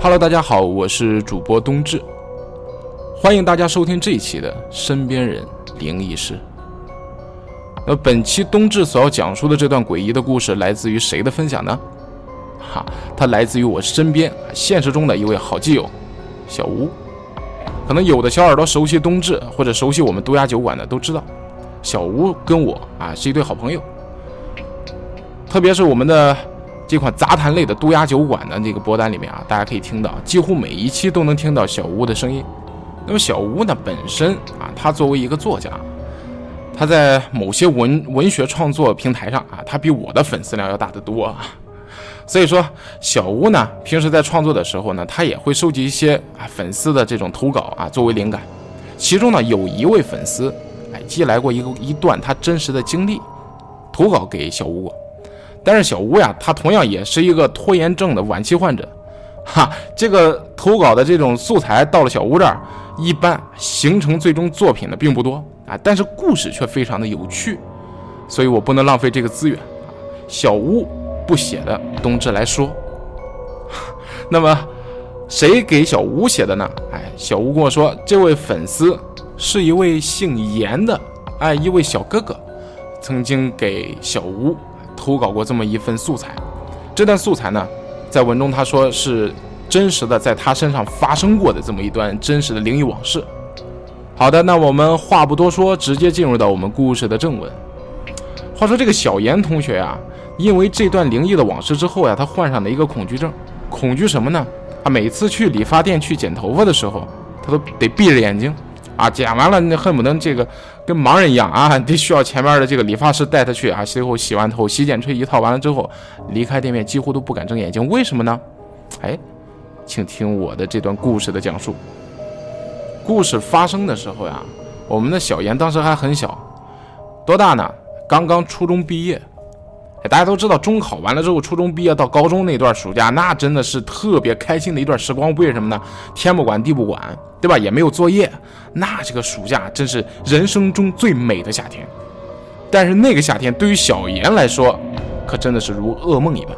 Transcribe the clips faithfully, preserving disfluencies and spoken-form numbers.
Hello， 大家好，我是主播冬至，欢迎大家收听这一期的身边人灵异事。那本期冬至所要讲述的这段诡异的故事来自于谁的分享呢？哈，它来自于我身边现实中的一位好基友小吴。可能有的小耳朵熟悉冬至或者熟悉我们毒牙酒馆的都知道，小吴跟我啊是一对好朋友。特别是我们的这款杂谈类的毒牙酒馆的这个播单里面啊，大家可以听到几乎每一期都能听到小吴的声音。那么小吴呢本身啊，他作为一个作家，他在某些文文学创作平台上啊，他比我的粉丝量要大得多啊。所以说小吴呢平时在创作的时候呢，他也会收集一些啊粉丝的这种投稿啊作为灵感。其中呢有一位粉丝哎寄来过一个一段他真实的经历投稿给小吴过。但是小吴呀，他同样也是一个拖延症的晚期患者，哈，这个投稿的这种素材到了小吴这儿，一般形成最终作品的并不多啊，但是故事却非常的有趣，所以我不能浪费这个资源。小吴不写的，冬至来说。那么谁给小吴写的呢？哎，小吴跟我说，这位粉丝是一位姓严的，哎，一位小哥哥，曾经给小吴投稿过这么一份素材。这段素材呢，在文中他说是真实的在他身上发生过的这么一段真实的灵异往事。好的，那我们话不多说，直接进入到我们故事的正文。话说这个小严同学啊，因为这段灵异的往事之后呀，他患上了一个恐惧症。恐惧什么呢？他每次去理发店去剪头发的时候，他都得闭着眼睛啊，剪完了那恨不得这个跟盲人一样啊，得需要前面的这个理发师带他去啊，最后洗完头洗剪吹一套完了之后，离开店面几乎都不敢睁眼睛。为什么呢？哎，请听我的这段故事的讲述。故事发生的时候呀，我们的小严当时还很小，多大呢？刚刚初中毕业。哎，大家都知道中考完了之后，初中毕业到高中那段暑假，那真的是特别开心的一段时光。为什么呢？天不管地不管，对吧？也没有作业，那这个暑假真是人生中最美的夏天。但是那个夏天对于小严来说，可真的是如噩梦一般。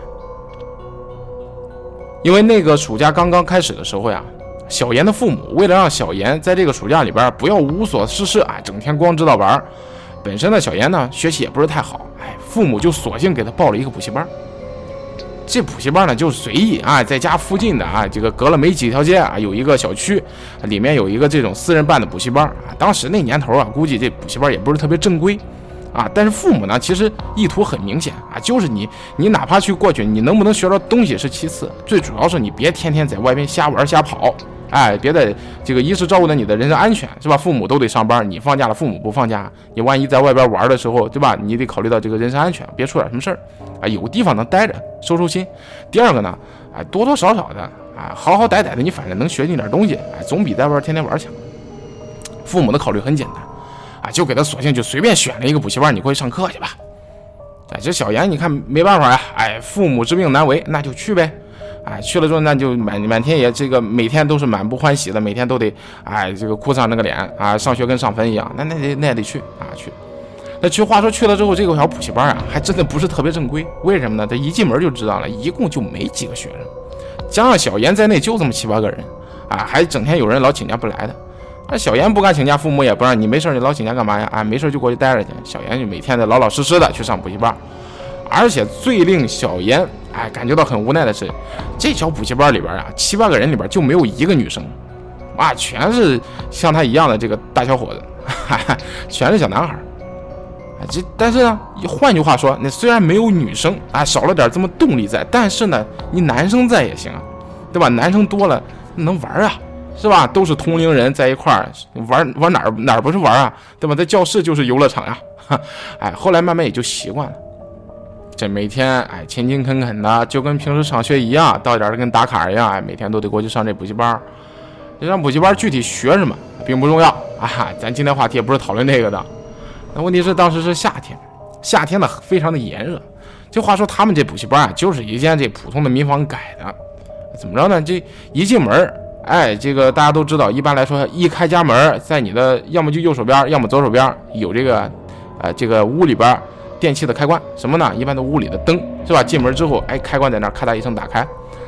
因为那个暑假刚刚开始的时候呀，小严的父母为了让小严在这个暑假里边不要无所事事啊，整天光知道玩，本身的小严呢学习也不是太好，哎，父母就索性给他报了一个补习班。这补习班呢就是随意啊，在家附近的啊，这个隔了没几条街啊，有一个小区，里面有一个这种私人办的补习班啊。当时那年头啊，估计这补习班也不是特别正规啊，但是父母呢其实意图很明显啊，就是你你哪怕去过去，你能不能学到东西是其次，最主要是你别天天在外面瞎玩瞎跑。哎，别的这个一是照顾到你的人身安全，是吧？父母都得上班，你放假了，父母不放假，你万一在外边玩的时候，对吧？你得考虑到这个人身安全，别出点什么事儿啊。有地方能待着，收收心。第二个呢，哎，多多少少的啊，好好歹歹的，你反正能学进点东西，哎，总比在外天天玩强。父母的考虑很简单，啊，就给他索性就随便选了一个补习班，你过去上课去吧。哎，这小严你看没办法呀，哎，父母之命难违，那就去呗。哎，去了之后那就满满天也这个每天都是满不欢喜的，每天都得哎这个哭丧着个脸啊，上学跟上坟一样，那那得那得去啊去。那去话说去了之后，这个小补习班啊，还真的不是特别正规。为什么呢？他一进门就知道了，一共就没几个学生，加上小严在内就这么七八个人啊，还整天有人老请假不来的。那小严不敢请假，父母也不让你没事你老请假干嘛呀？啊，没事就过去待着去。小严就每天的老老实实的去上补习班。而且最令小严哎感觉到很无奈的是，这小补习班里边啊，七八个人里边就没有一个女生，啊，全是像他一样的这个大小伙子，哈哈，全是小男孩。哎，这但是呢，换句话说，那虽然没有女生啊，少了点这么动力在，但是呢，你男生在也行啊，对吧？男生多了能玩啊，是吧？都是同龄人在一块儿玩，玩哪儿哪儿不是玩啊，对吧？在教室就是游乐场呀，哎，后来慢慢也就习惯了。这每天哎勤勤恳恳的，就跟平时上学一样，到点跟打卡一样，哎，每天都得过去上这补习班。这上补习班具体学什么并不重要啊，咱今天话题也不是讨论这个的。那问题是当时是夏天，夏天呢非常的炎热。这话说他们这补习班啊，就是一间这普通的民房改的。怎么着呢？这一进门，哎，这个大家都知道，一般来说一开家门，在你的要么就右手边，要么左手边有这个，呃，这个屋里边电器的开关，什么呢？一般的屋里的灯，是吧？进门之后，哎，开关在那儿咔嗒一声打开。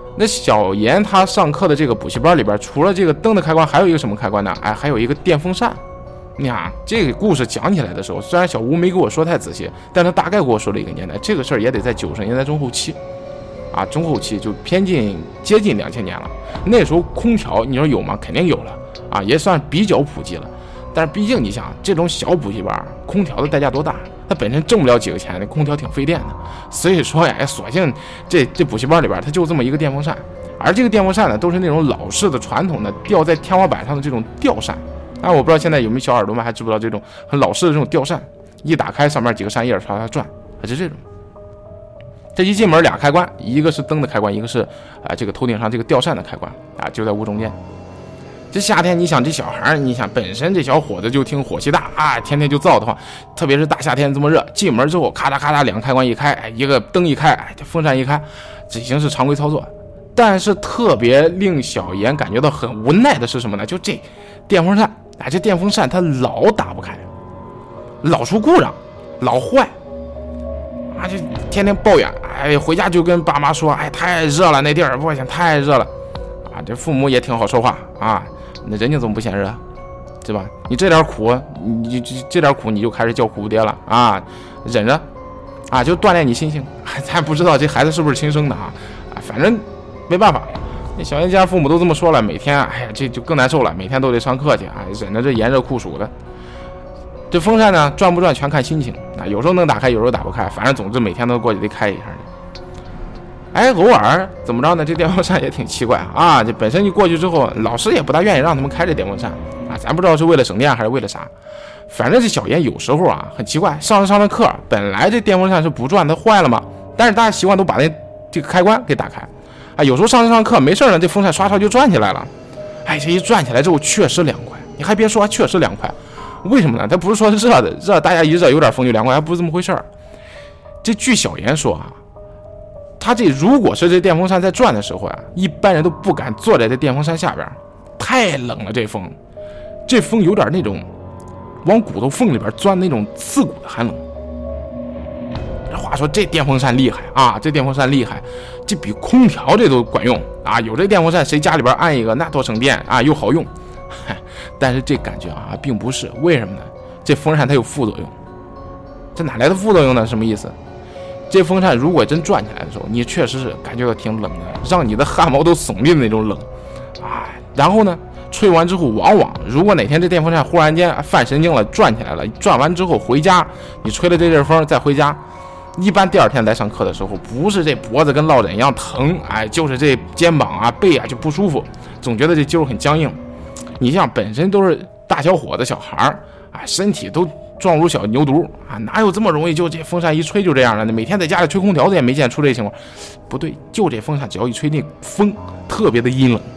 那小严他上课的这个补习班里边，除了这个灯的开关，还有一个什么开关呢？哎，还有一个电风扇。你看这个故事讲起来的时候，虽然小吴没给我说太仔细，但他大概给我说了一个年代。这个事儿也得在九十年代中后期，啊，中后期就偏近接近两千年了。那时候空调你说有吗？肯定有了啊，也算比较普及了。但是毕竟你想，这种小补习班，空调的代价多大？它本身挣不了几个钱，那空调挺费电的。所以说呀，索性这这补习班里边，它就这么一个电风扇。而这个电风扇呢，都是那种老式的、传统的吊在天花板上的这种吊扇。啊，我不知道现在有没有小耳朵们还知不知道这种很老式的这种吊扇，一打开上面几个扇叶朝它转，它是这种。这一进门俩开关，一个是灯的开关，一个是啊这个头顶上这个吊扇的开关啊，就在屋中间。这夏天你想这小孩，你想本身这小伙子就挺火气大啊，天天就燥得慌，特别是大夏天这么热，进门之后咔嚓咔嚓两个开关一开，哎，一个灯一开，哎，这风扇一开，这已经是常规操作。但是特别令小严感觉到很无奈的是什么呢？就这电风扇，哎，这电风扇它老打不开，老出故障，老坏啊，就天天抱怨，哎，回家就跟爸妈说，哎，太热了，那地儿不行，太热了啊。这父母也挺好说话啊，那人家怎么不嫌热，对吧？你这点苦，你这点苦你就开始叫苦爹了啊，忍着啊，就锻炼你心性。咱不知道这孩子是不是亲生的啊，反正没办法。那小严家父母都这么说了，每天哎呀这就更难受了，每天都得上课去啊，忍着这炎热酷暑的。这风扇呢转不转全看心情啊，有时候能打开，有时候打不开，反正总之每天都过去得开一下。哎，偶尔怎么着呢？这电风扇也挺奇怪啊！这本身你过去之后，老师也不大愿意让他们开这电风扇啊，咱不知道是为了省电还是为了啥。反正这小严有时候啊很奇怪，上着上着课，本来这电风扇是不转，它坏了嘛，但是大家习惯都把那这个开关给打开啊。有时候上着上课没事呢，这风扇刷刷就转起来了。哎，这一转起来之后确实凉快，你还别说，确实凉快。为什么呢？它不是说热的热，大家一热有点风就凉快，还不是这么回事儿。这据小严说啊。他这如果是这电风扇在转的时候啊，一般人都不敢坐在这电风扇下边，太冷了。这风，这风有点那种往骨头缝里边钻那种刺骨的寒冷。话说这电风扇厉害啊，这电风扇厉害，这比空调这都管用啊！有这电风扇，谁家里边安一个，那多省电啊，又好用。但是这感觉啊，并不是，为什么呢？这风扇它有副作用。这哪来的副作用呢？什么意思？这风扇如果真转起来的时候，你确实是感觉到挺冷的，让你的汗毛都耸立的那种冷啊。然后呢，吹完之后，往往如果哪天这电风扇忽然间犯神经了，转起来了，转完之后回家，你吹了这阵风再回家，一般第二天来上课的时候，不是这脖子跟落枕一样疼，哎，就是这肩膀啊、背啊就不舒服，总觉得这肌肉很僵硬。你像本身都是大小伙子、小孩儿啊，身体都壮如小牛犊啊，哪有这么容易就这风扇一吹就这样了？每天在家里吹空调的也没见出这情况。不对，就这风扇只要一吹，那风特别的阴冷。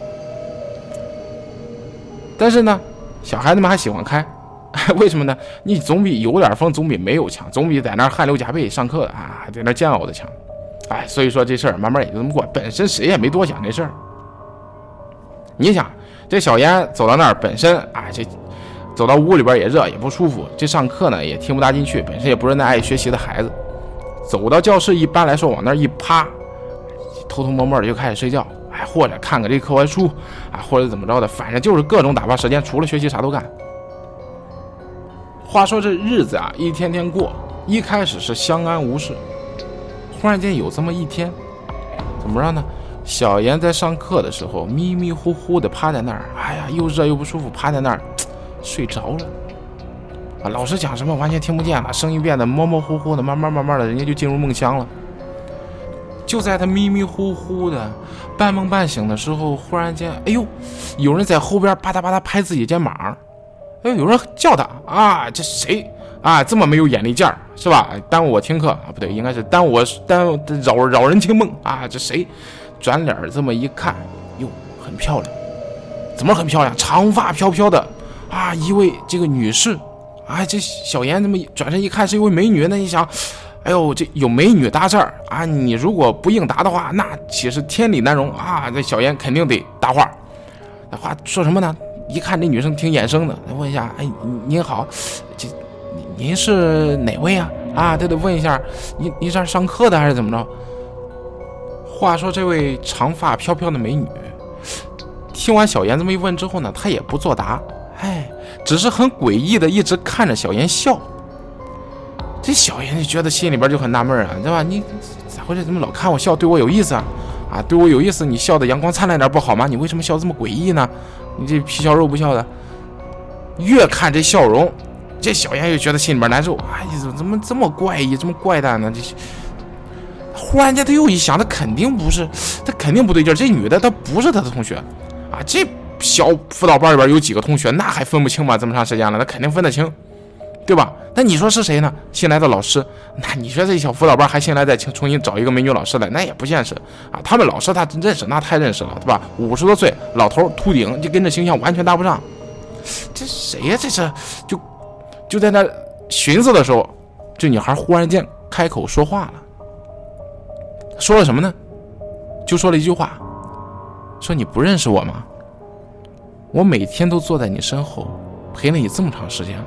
但是呢，小孩子们还喜欢开，为什么呢？你总比有点风总比没有强，总比在那汗流浃背上课啊，在那煎熬的强。哎，所以说这事儿慢慢也就这么过，本身谁也没多想这事儿。你想，这小严走到那儿，本身啊这。走到屋里边也热也不舒服，这上课呢也听不大进去，本身也不是那爱学习的孩子。走到教室一般来说往那儿一趴，偷偷摸摸的就开始睡觉，哎，或者看个这课外书啊，或者怎么着的，反正就是各种打发时间，除了学习啥都干。话说这日子啊一天天过，一开始是相安无事，忽然间有这么一天，怎么着呢？小严在上课的时候迷迷糊糊的趴在那儿，哎呀又热又不舒服，趴在那儿睡着了啊！老师讲什么完全听不见了，声音变得模模糊糊的，慢慢慢慢的，人家就进入梦乡了。就在他迷迷糊糊的、半梦半醒的时候，忽然间，哎呦，有人在后边吧嗒吧嗒拍自己肩膀，哎呦，有人叫他啊，这谁啊？这么没有眼力劲儿是吧？耽误我听课啊？不对，应该是耽误我耽误扰扰人清梦啊！这谁？转脸这么一看，哟，很漂亮，怎么很漂亮？长发飘飘的。啊，一位这个女士，啊，这小严这么转身一看是一位美女，那你想，哎呦，这有美女搭这儿啊，你如果不应答的话，那岂是天理难容啊？这小严肯定得搭话，那话说什么呢？一看这女生挺眼生的，问一下，哎，您好，这您是哪位啊？啊，他得问一下，您您是上课的还是怎么着？ 话说这位长发飘飘的美女，听完小妍这么一问之后呢，她也不作答，哎，只是很诡异的一直看着小妍笑。这小妍就觉得心里边就很纳闷啊，对吧？你咋回事？怎么老看我笑，对我有意思啊？啊，对我有意思，你笑的阳光灿烂点不好吗？你为什么笑这么诡异呢？你这皮笑肉不笑的。越看这笑容，这小妍就觉得心里边难受，哎，怎么这么怪异，这么怪诞呢？这忽然间他又一想，他肯定不是，他肯定不对劲，这女的她不是他的同学啊。这小辅导班里边有几个同学，那还分不清吗？这么长时间了，他肯定分得清，对吧？那你说是谁呢？新来的老师，那你说这小辅导班还新来再重新找一个美女老师来，那也不现实啊。他们老师他认识，那太认识了，对吧？五十多岁老头秃顶，就跟这形象完全搭不上。这谁呀？这是就就在那寻思的时候，这女孩忽然间开口说话了。说了什么呢？就说了一句话，说你不认识我吗？我每天都坐在你身后，陪了你这么长时间了。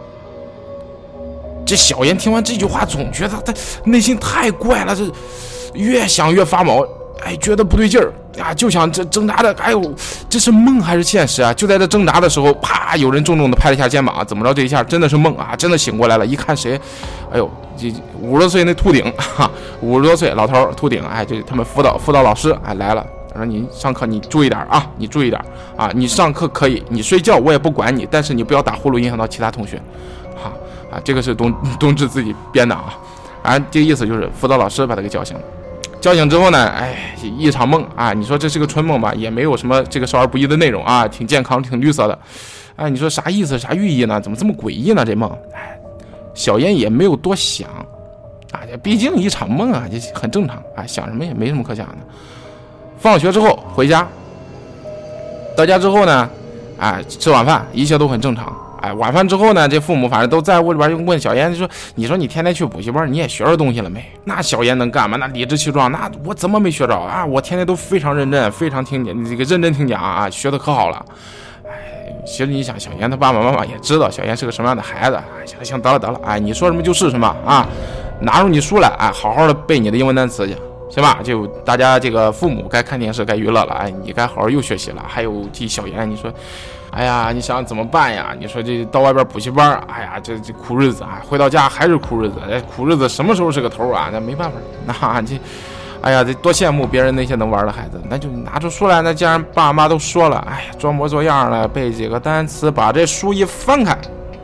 这小妍听完这句话，总觉得他内心太怪了，这越想越发毛，哎，觉得不对劲儿啊，就想这挣扎的，哎呦，这是梦还是现实啊？就在这挣扎的时候，啪，有人重重的拍了一下肩膀，怎么着？这一下真的是梦啊，真的醒过来了。一看谁，哎呦，这五十多岁那秃顶，哈，五十多岁老头秃顶，哎，这他们辅导辅导老师哎来了，他说你上课你注意点啊，你注意点啊，你上课可以，你睡觉我也不管你，但是你不要打呼噜影响到其他同学，哈啊，这个是冬冬至自己编的啊，啊，这个意思就是辅导老师把他给叫醒了。叫醒之后呢，哎，一场梦啊！你说这是个春梦吧，也没有什么这个少儿不宜的内容啊，挺健康，挺绿色的。哎，你说啥意思，啥寓意呢？怎么这么诡异呢？这梦，哎，小妍也没有多想啊，毕竟一场梦啊，这很正常啊，想什么也没什么可想的。放学之后回家，到家之后呢，哎，吃晚饭，一切都很正常。哎，晚饭之后呢，这父母反正都在屋里边，就问小妍，就说：“你说你天天去补习班，你也学着东西了没？”那小妍能干嘛？那理直气壮，那我怎么没学着啊？我天天都非常认真，非常听讲，这个认真听讲啊，学的可好了。哎，其实你想，小妍他爸爸妈妈也知道小妍是个什么样的孩子。哎，行行，得了得了，哎，你说什么就是什么啊！拿出你书来，哎，好好的背你的英文单词去。行吧，就大家这个父母该看电视该娱乐了，哎，你该好好又学习了。还有这小妍，你说，哎呀，你想怎么办呀？你说这到外边补习班，哎呀，这这苦日子啊，回到家还是苦日子，哎，苦日子什么时候是个头啊？那没办法，那这，哎呀，这多羡慕别人那些能玩的孩子，那就拿出书来。那既然爸妈都说了，哎呀，装模作样的背几个单词，把这书一翻开，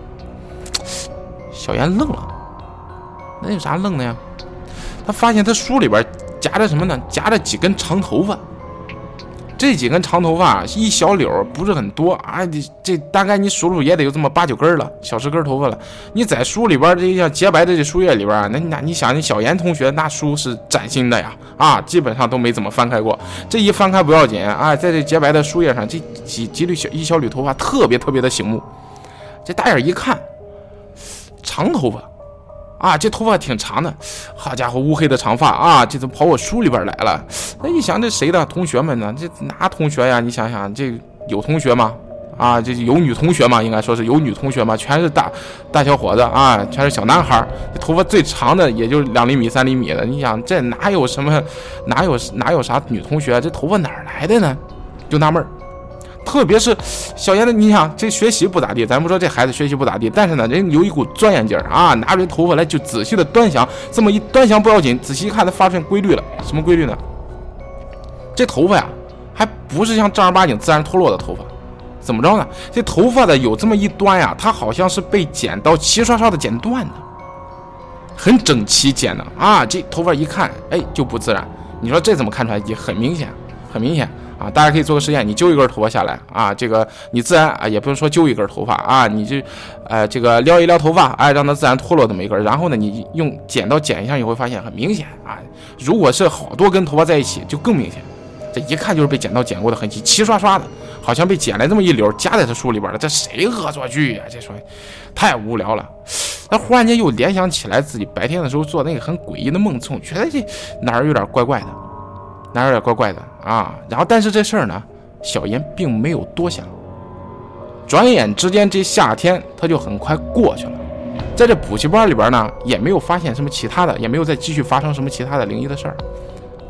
小妍愣了，那有啥愣的呀？他发现他书里边夹着什么呢？夹着几根长头发。这几根长头发一小绺不是很多啊，这这大概你数数也得有这么八九根了，小十根头发了。你在书里边这像洁白的这书页里边，那那你想，你小妍同学那书是崭新的呀，啊，基本上都没怎么翻开过。这一翻开不要紧啊，在这洁白的书页上，这几几缕小一小缕头发特别特别的醒目。这大眼一看，长头发。啊，这头发挺长的，好家伙，乌黑的长发啊，这怎么跑我书里边来了？那一想，这谁的同学们呢？这哪同学呀？你想想，这有同学吗？啊，这有女同学吗？应该说是有女同学吗？全是大大小伙子啊，全是小男孩，这头发最长的也就两厘米、三厘米的。你想，这哪有什么，哪有哪有啥女同学？这头发哪儿来的呢？就纳闷儿。特别是小妍的，你想这学习不咋地，咱不说这孩子学习不咋地，但是呢，人有一股钻研劲儿啊，拿着头发来就仔细的端详，这么一端详不要紧，仔细一看，他发现规律了。什么规律呢？这头发呀，还不是像正儿八经自然脱落的头发，怎么着呢？这头发的有这么一端呀，它好像是被剪刀齐刷刷的剪断的，很整齐剪的啊。这头发一看，哎，就不自然。你说这怎么看出来？也很明显，很明显。啊，大家可以做个实验，你揪一根头发下来啊，这个你自然啊，也不用说揪一根头发啊，你就，呃，这个撩一撩头发，哎，让它自然脱落这么一根，然后呢，你用剪刀剪一下，你会发现很明显啊。如果是好多根头发在一起，就更明显，这一看就是被剪刀剪过的痕迹，齐刷刷的，好像被剪来这么一绺夹在这书里边了。这谁恶作剧呀？这说太无聊了。他忽然间又联想起来自己白天的时候做那个很诡异的梦，总觉得这哪儿有点怪怪的。哪有点怪怪的啊？然后，但是这事儿呢，小妍并没有多想。转眼之间，这夏天他就很快过去了。在这补习班里边呢，也没有发现什么其他的，也没有再继续发生什么其他的灵异的事儿。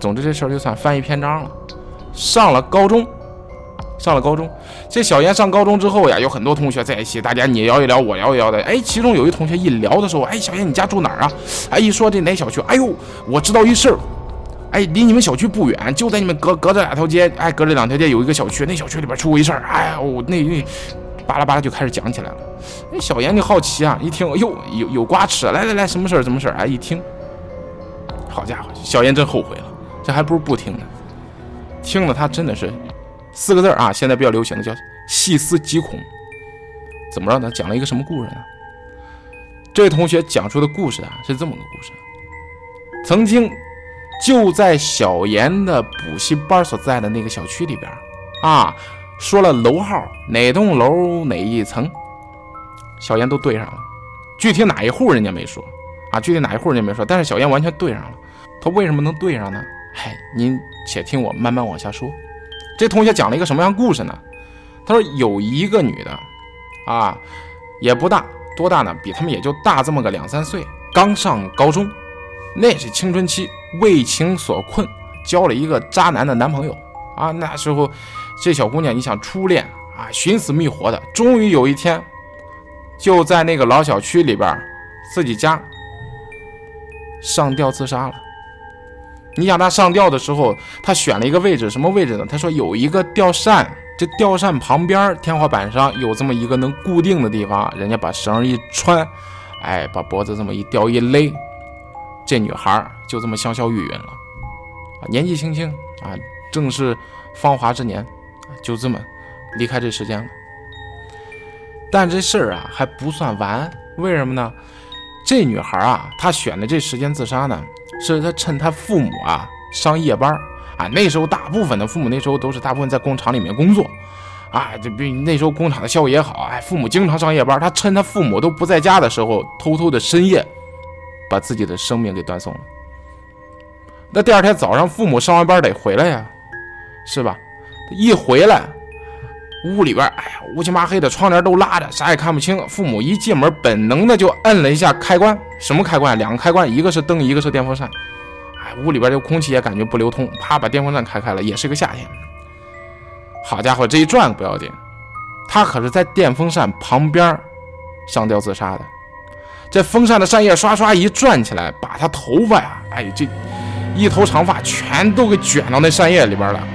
总之这事儿就算翻一篇章了。上了高中，上了高中，这小严上高中之后呀，有很多同学在一起，大家你聊一聊，我聊一聊的。哎，其中有一同学一聊的时候，哎，小严你家住哪儿啊？哎，一说这哪小区，哎呦，我知道一事儿。哎，离你们小区不远，就在你们隔隔着两条街，哎，隔着两条街有一个小区，那小区里边出过一事儿，哎呀，我那那巴拉巴拉就开始讲起来了。哎，小严就好奇啊，一听，哟，有有瓜吃，来来来，什么事儿？什么事儿？哎，一听，好家伙，小严真后悔了，这还不如不听呢。听了他真的是四个字啊，现在比较流行的叫细思极恐。怎么着呢？讲了一个什么故事呢？这位同学讲述的故事啊，是这么个故事：曾经就在小严的补习班所在的那个小区里边啊，说了楼号，哪栋楼哪一层，小严都对上了。具体哪一户人家没说啊，具体哪一户人家没说，但是小严完全对上了。他为什么能对上呢？嗨，您且听我慢慢往下说。这同学讲了一个什么样故事呢？他说有一个女的啊，也不大，多大呢？比他们也就大这么个两三岁，刚上高中，那是青春期，为情所困，交了一个渣男的男朋友啊。那时候这小姑娘，你想初恋啊，寻死觅活的，终于有一天就在那个老小区里边自己家上吊自杀了。你想他上吊的时候，他选了一个位置，什么位置呢？他说有一个吊扇，这吊扇旁边天花板上有这么一个能固定的地方，人家把绳一穿，哎，把脖子这么一吊一勒，这女孩就这么香消玉殒了啊，年纪轻轻啊，正是芳华之年，就这么离开这世间了。但这事儿啊还不算完，为什么呢？这女孩啊，她选的这时间自杀呢，是她趁她父母啊上夜班啊，那时候大部分的父母那时候都是大部分在工厂里面工作啊，这比那时候工厂的效益也好，哎，父母经常上夜班，她趁她父母都不在家的时候，偷偷的深夜把自己的生命给断送了。那第二天早上父母上完班得回来呀，是吧？一回来屋里边，哎呀，乌漆麻黑的，窗帘都拉着，啥也看不清。父母一进门，本能的就摁了一下开关，什么开关？两个开关，一个是灯，一个是电风扇。哎，屋里边这空气也感觉不流通，啪把电风扇开开了，也是个夏天。好家伙，这一转不要紧，他可是在电风扇旁边上吊自杀的。这风扇的扇叶刷刷一转起来，把他头发呀，哎，这一头长发全都给卷到那扇叶里边了。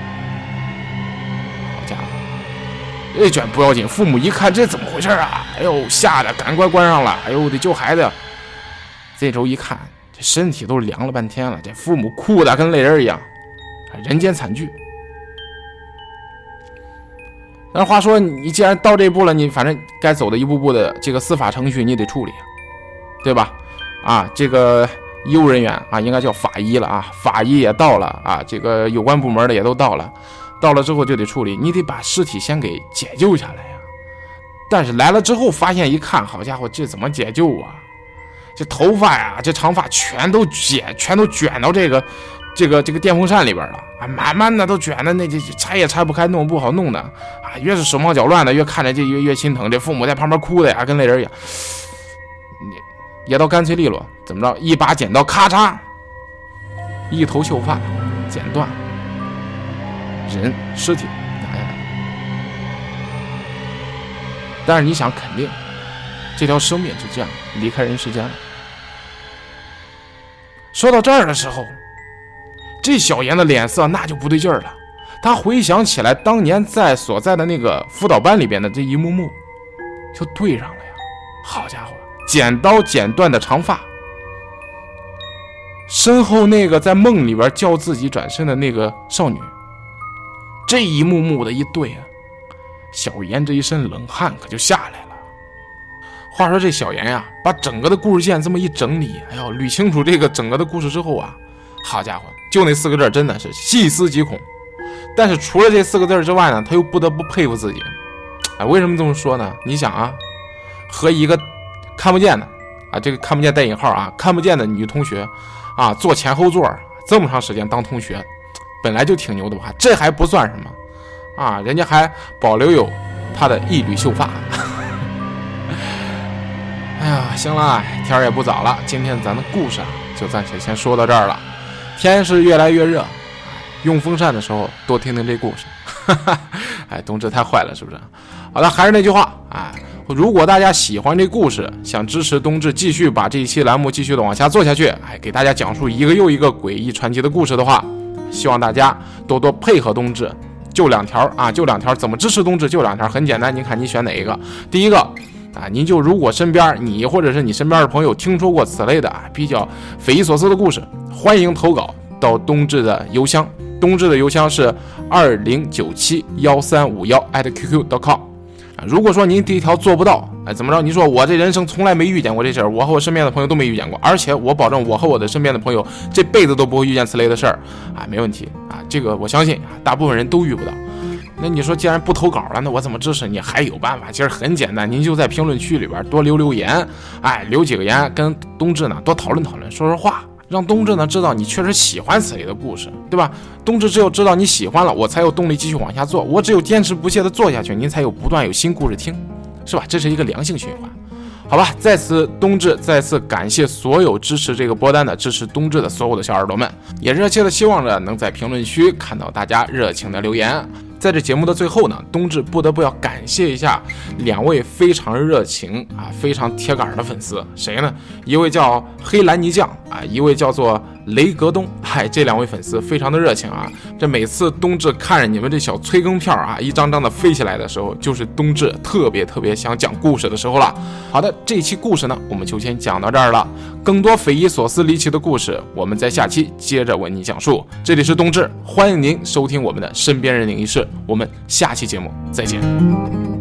这卷不要紧，父母一看这怎么回事啊？哎呦，吓得赶快关上了。哎呦，得救孩子！这周一看，这身体都凉了半天了，这父母哭的跟泪人一样，人间惨剧。但话说，你既然到这一步了，你反正该走的一步步的这个司法程序你得处理，对吧？啊，这个医务人员啊，应该叫法医了啊，法医也到了啊，这个有关部门的也都到了。到了之后就得处理，你得把尸体先给解救下来呀。但是来了之后发现一看，好家伙，这怎么解救啊？这头发呀，这长发全都卷，全都卷到这个这个这个电风扇里边了啊，慢慢的都卷的那这拆也拆不开，弄不好弄的啊，越是手忙脚乱的，越看着这越越心疼。这父母在旁边哭的呀，跟泪人一样。也倒干脆利落，怎么着？一把剪刀，咔嚓，一头秀发剪断。人尸体拿下来，但是你想，肯定这条生命就这样离开人世间了。说到这儿的时候，这小严的脸色那就不对劲儿了。他回想起来当年在所在的那个辅导班里边的这一幕幕，就对上了呀！好家伙，剪刀剪断的长发，身后那个在梦里边叫自己转身的那个少女。这一幕幕的一对啊，小严这一身冷汗可就下来了。话说这小严呀、啊，把整个的故事线这么一整理，哎呦，捋清楚这个整个的故事之后啊，好家伙，就那四个字真的是细思极恐。但是除了这四个字之外呢，他又不得不佩服自己。哎，为什么这么说呢？你想啊，和一个看不见的啊，这个看不见带引号啊，看不见的女同学啊，坐前后座这么长时间当同学。本来就挺牛的吧，这还不算什么啊，人家还保留有他的一缕秀发。哎呀，行了，天儿也不早了，今天咱的故事啊就暂且先说到这儿了。 天是越来越热，用风扇的时候多听听这故事。哎，冬至太坏了，是不是？好了，还是那句话，哎，如果大家喜欢这故事，想支持冬至继续把这一期栏目继续的往下做下去，哎，给大家讲述一个又一个诡异传奇的故事的话，希望大家多多配合冬至。就两条啊，就两条，怎么支持冬至？就两条，很简单，您看你选哪一个？第一个啊，您就如果身边你或者是你身边的朋友听说过此类的啊比较匪夷所思的故事，欢迎投稿到冬至的邮箱，冬至的邮箱是二零九七一三五一 at qq dot com。如果说您第一条做不到，哎，怎么着？您说我这人生从来没遇见过这事儿，我和我身边的朋友都没遇见过，而且我保证我和我的身边的朋友这辈子都不会遇见此类的事儿，啊，没问题啊，这个我相信大部分人都遇不到。那你说既然不投稿了，那我怎么支持你？还有办法，其实很简单，您就在评论区里边多留留言，哎，留几个言，跟冬至呢多讨论讨论，说说话。让冬至呢知道你确实喜欢此类的故事，对吧？冬至只有知道你喜欢了，我才有动力继续往下做，我只有坚持不懈的做下去，您才有不断有新故事听，是吧？这是一个良性循环。好吧，在此冬至再次感谢所有支持这个播单的、支持冬至的所有的小耳朵们，也热切的希望着能在评论区看到大家热情的留言。在这节目的最后呢，冬至不得不要感谢一下两位非常热情啊、非常铁杆的粉丝，谁呢？一位叫黑兰泥酱啊，一位叫做雷格东。嗨，这两位粉丝非常的热情啊！这每次冬至看着你们这小催更票啊，一张张的飞起来的时候，就是冬至特别特别想讲故事的时候了。好的，这一期故事呢，我们就先讲到这儿了。更多匪夷所思离奇的故事，我们在下期接着为您讲述。这里是冬至，欢迎您收听我们的身边人灵异事。我们下期节目再见。